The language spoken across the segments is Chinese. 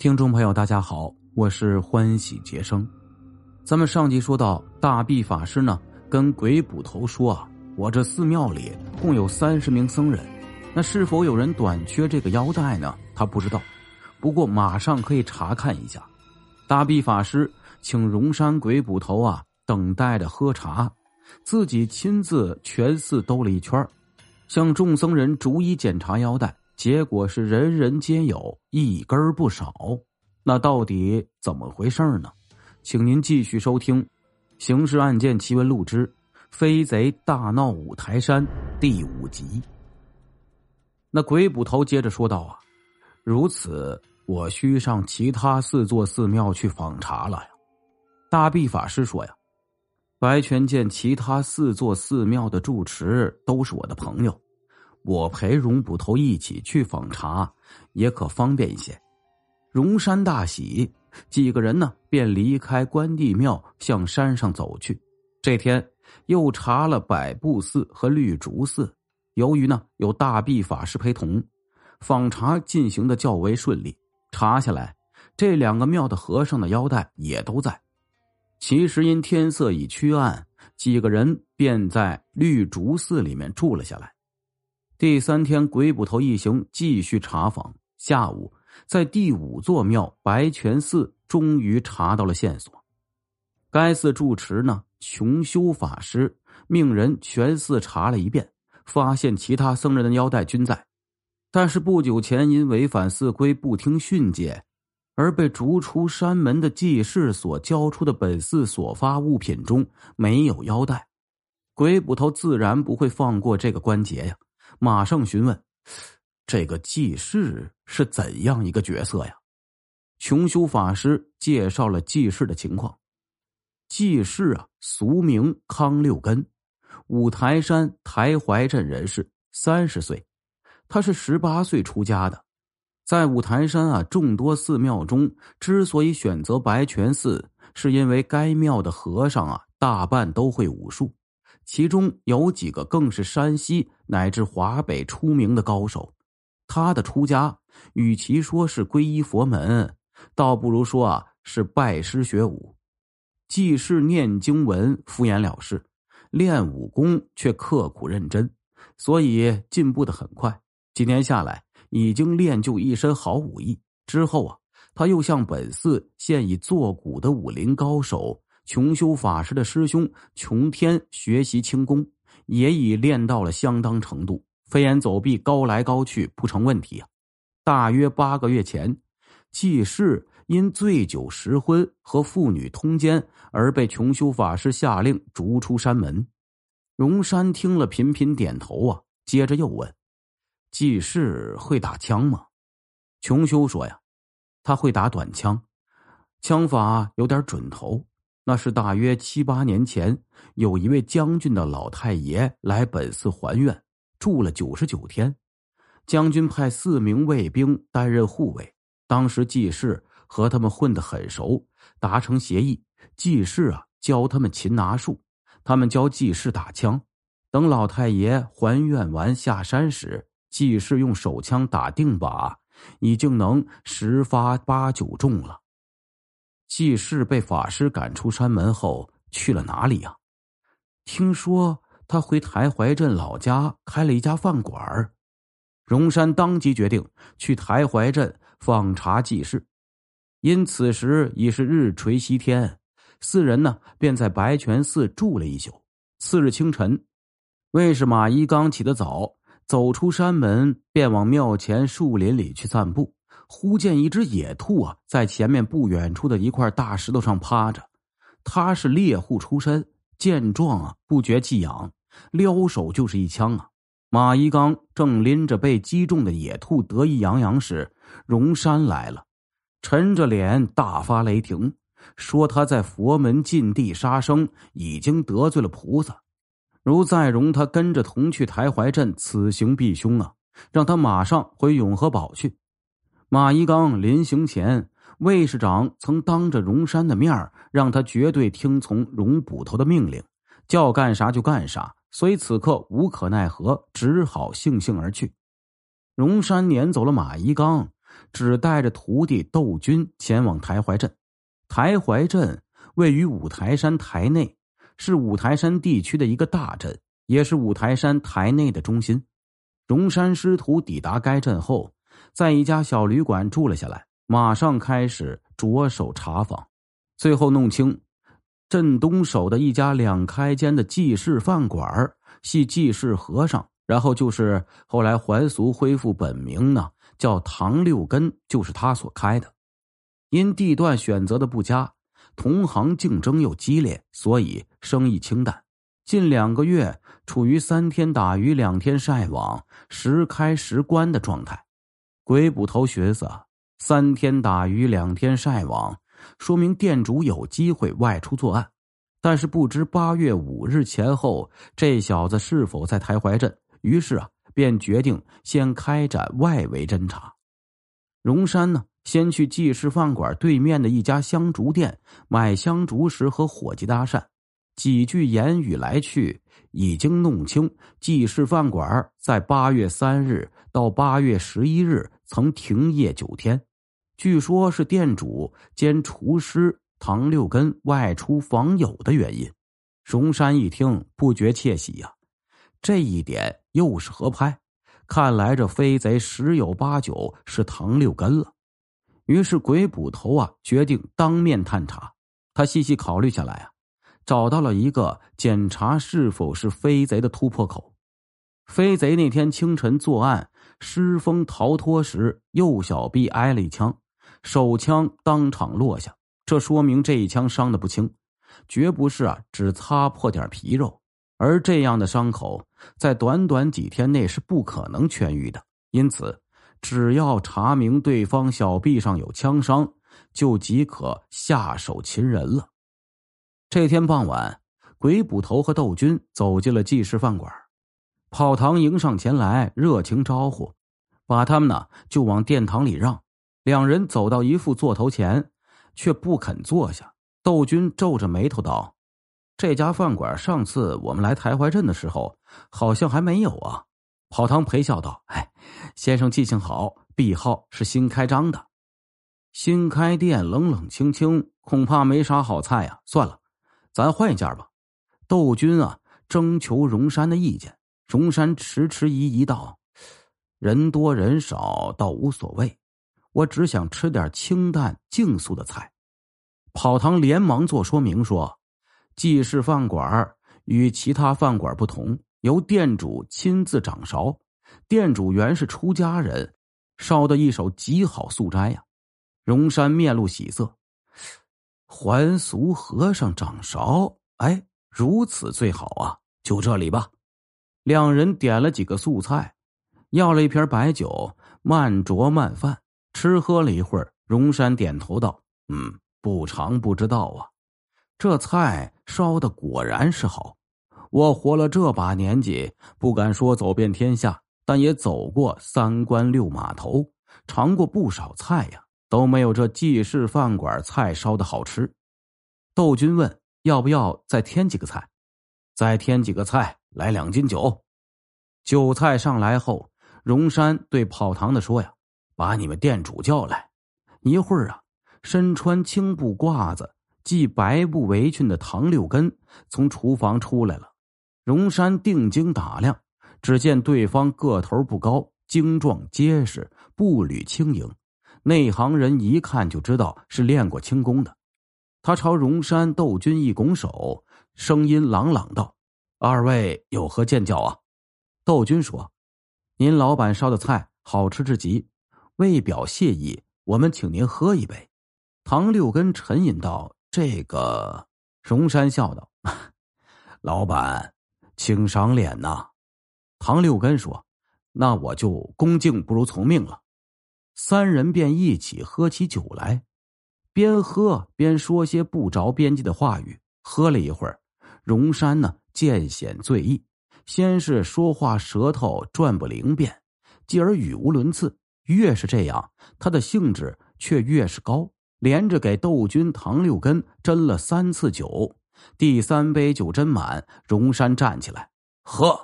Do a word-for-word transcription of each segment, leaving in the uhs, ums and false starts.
听众朋友大家好，我是欢喜杰生。咱们上集说到，大臂法师呢跟鬼捕头说啊，我这寺庙里共有三十名僧人，那是否有人短缺这个腰带呢？他不知道，不过马上可以查看一下。大臂法师请荣山鬼捕头啊等待着喝茶，自己亲自全寺兜了一圈，向众僧人逐一检查腰带，结果是人人皆有，一根不少。那到底怎么回事呢？请您继续收听《刑事案件奇闻录之飞贼大闹五台山》第五集。那鬼捕头接着说道啊，如此我需上其他四座寺庙去访查了呀。大臂法师说呀，白泉见其他四座寺庙的住持都是我的朋友，我陪荣捕头一起去访查也可方便一些。荣山大喜，几个人呢便离开关帝庙向山上走去。这天又查了百步寺和绿竹寺，由于呢有大臂法师陪同，访查进行的较为顺利。查下来，这两个庙的和尚的腰带也都在。其实因天色已趋暗，几个人便在绿竹寺里面住了下来。第三天，鬼捕头一行继续查访。下午，在第五座庙白泉寺终于查到了线索。该寺住持呢，穷修法师命人全寺查了一遍，发现其他僧人的腰带均在，但是不久前因违反寺规不听训诫而被逐出山门的济世所交出的本寺所发物品中没有腰带。鬼捕头自然不会放过这个关节呀，马上询问这个济世是怎样一个角色呀？穷修法师介绍了济世的情况。济世啊，俗名康六根，五台山台怀镇人士，三十岁。他是十八岁出家的。在五台山啊众多寺庙中，之所以选择白泉寺，是因为该庙的和尚啊大半都会武术，其中有几个更是山西乃至华北出名的高手。他的出家与其说是皈依佛门，倒不如说啊是拜师学武。济世念经文敷衍了事，练武功却刻苦认真，所以进步得很快。几年下来，已经练就一身好武艺。之后啊，他又向本寺现已作古的武林高手穷修法师的师兄穷天学习轻功，也已练到了相当程度，飞檐走壁，高来高去不成问题啊。大约八个月前，济世因醉酒食荤和妇女通奸而被穷修法师下令逐出山门。荣山听了频频点头啊，接着又问，济世会打枪吗？穷修说呀，他会打短枪，枪法有点准头。那是大约七八年前，有一位将军的老太爷来本寺还愿，住了九十九天。将军派四名卫兵担任护卫，当时济世和他们混得很熟，达成协议，济世啊教他们擒拿术，他们教济世打枪。等老太爷还愿完下山时，济世用手枪打定靶，已经能十发八九中了。济世被法师赶出山门后去了哪里呀？听说他回台怀镇老家开了一家饭馆。荣山当即决定去台怀镇访查济世。因此时已是日垂西天，四人呢便在白泉寺住了一宿。次日清晨，卫士马一刚起得早，走出山门便往庙前树林里去散步，忽见一只野兔啊在前面不远处的一块大石头上趴着。他是猎户出身，见状啊不觉技痒，撩手就是一枪啊。马一刚正拎着被击中的野兔得意洋洋时，荣山来了，沉着脸大发雷霆，说他在佛门禁地杀生，已经得罪了菩萨，如再容他跟着同去台怀镇，此行必凶啊，让他马上回永和堡去。马一刚临行前，卫士长曾当着荣山的面让他绝对听从荣捕头的命令，叫干啥就干啥，所以此刻无可奈何，只好悻悻而去。荣山撵走了马一刚， 只带着徒弟窦军前往台怀镇。台怀镇位于五台山台内，是五台山地区的一个大镇，也是五台山台内的中心。荣山师徒抵达该镇后，在一家小旅馆住了下来，马上开始着手查访，最后弄清镇东首的一家两开间的济世饭馆系济世和尚，然后就是后来还俗恢复本名呢，叫唐六根，就是他所开的。因地段选择的不佳，同行竞争又激烈，所以生意清淡。近两个月处于三天打鱼两天晒网，时开时关的状态。鬼捕头寻思，三天打鱼两天晒网，说明店主有机会外出作案。但是不知八月五日前后这小子是否在台怀镇，于是啊，便决定先开展外围侦查。荣山呢，先去济世饭馆对面的一家香烛店买香烛时和伙计搭讪，几句言语来去，已经弄清济世饭馆在八月三日到八月十一日曾停业九天，据说是店主兼厨师唐六根外出访友的原因。荣山一听不觉窃喜呀、啊，这一点又是合拍，看来这飞贼十有八九是唐六根了。于是鬼捕头啊决定当面探查。他细细考虑下来啊，找到了一个检查是否是飞贼的突破口。飞贼那天清晨作案失风逃脱时，右小臂挨了一枪，手枪当场落下，这说明这一枪伤得不轻，绝不是啊只擦破点皮肉，而这样的伤口在短短几天内是不可能痊愈的。因此只要查明对方小臂上有枪伤，就即可下手擒人了。这天傍晚，鬼捕头和窦军走进了济世饭馆，跑堂迎上前来，热情招呼，把他们呢就往殿堂里让。两人走到一副座头前，却不肯坐下。窦军皱着眉头道：“这家饭馆上次我们来台怀镇的时候，好像还没有啊。”跑堂陪笑道：“哎，先生记性好，碧号是新开张的。”新开店冷冷清清，恐怕没啥好菜呀、啊。算了，咱换一家吧。窦军啊，征求荣山的意见。荣山迟迟疑疑道：“人多人少倒无所谓，我只想吃点清淡净素的菜。”跑堂连忙做说明说：“济世饭馆与其他饭馆不同，由店主亲自掌勺，店主原是出家人，烧的一手极好素斋呀。”荣山面露喜色，还俗和尚掌勺，哎，如此最好啊，就这里吧。两人点了几个素菜，要了一瓶白酒，慢酌慢饭。吃喝了一会儿，荣山点头道：“嗯，不尝不知道啊，这菜烧的果然是好。我活了这把年纪，不敢说走遍天下，但也走过三关六码头，尝过不少菜呀，都没有这济世饭馆菜烧的好吃。”窦军问：“要不要再添几个菜？”“再添几个菜，来两斤酒。”酒菜上来后，荣山对跑堂的说呀：“把你们店主叫来。”一会儿啊，身穿青布褂子系白布围裙的唐六根从厨房出来了。荣山定睛打量，只见对方个头不高，精壮结实，步履轻盈，内行人一看就知道是练过轻功的。他朝荣山、窦军一拱手，声音朗朗道：“二位有何见教啊？”窦军说：“您老板烧的菜好吃至极，为表谢意，我们请您喝一杯。”唐六根沉吟道：“这个……”荣山笑道：“老板，请赏脸呐。”唐六根说：“那我就恭敬不如从命了。”三人便一起喝起酒来，边喝边说些不着边际的话语。喝了一会儿，荣山呢渐显醉意，先是说话舌头转不灵便，继而语无伦次。越是这样，他的兴致却越是高，连着给窦军、唐六根斟了三次酒。第三杯酒斟满，荣山站起来：“喝，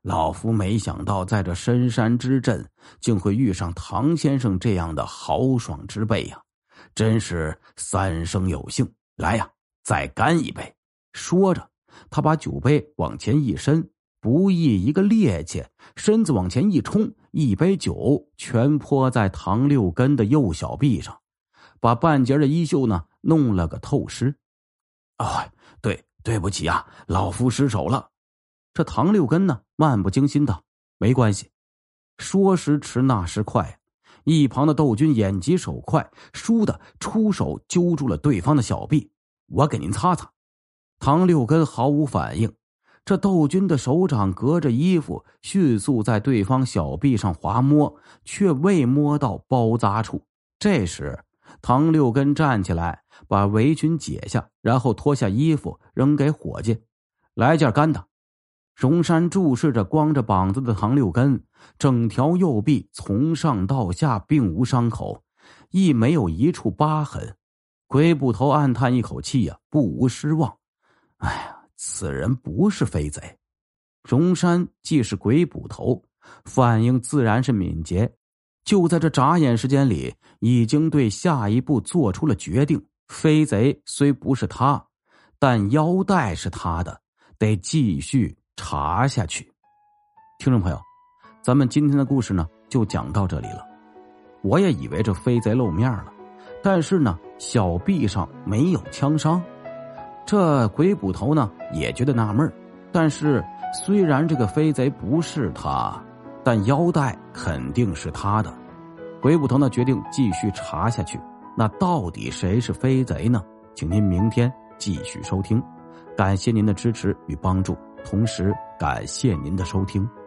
老夫没想到在这深山之阵竟会遇上唐先生这样的豪爽之辈呀，真是三生有幸。来呀，再干一杯。说着，他把酒杯往前一伸，不意一个趔趄，身子往前一冲，一杯酒全泼在唐六根的右小臂上，把半截的衣袖呢弄了个透湿。哦，对对不起啊，老夫失手了。这唐六根呢漫不经心道：没关系。说时迟那时快，一旁的窦军眼疾手快，倏地出手揪住了对方的小臂。我给您擦擦。唐六根毫无反应，这窦军的手掌隔着衣服迅速在对方小臂上滑摸，却未摸到包扎处。这时唐六根站起来，把围裙解下，然后脱下衣服扔给伙计：来件干的。荣山注视着光着膀子的唐六根，整条右臂从上到下并无伤口，亦没有一处疤痕。鬼捕头暗叹一口气呀、啊，不无失望。哎呀，此人不是飞贼。荣山既是鬼捕头，反应自然是敏捷，就在这眨眼时间里，已经对下一步做出了决定。飞贼虽不是他，但腰带是他的，得继续查下去。听众朋友，咱们今天的故事呢就讲到这里了。我也以为这飞贼露面了，但是呢小臂上没有枪伤。这鬼捕头呢也觉得纳闷，但是虽然这个飞贼不是他，但腰带肯定是他的。鬼捕头呢决定继续查下去，那到底谁是飞贼呢？请您明天继续收听。感谢您的支持与帮助，同时感谢您的收听。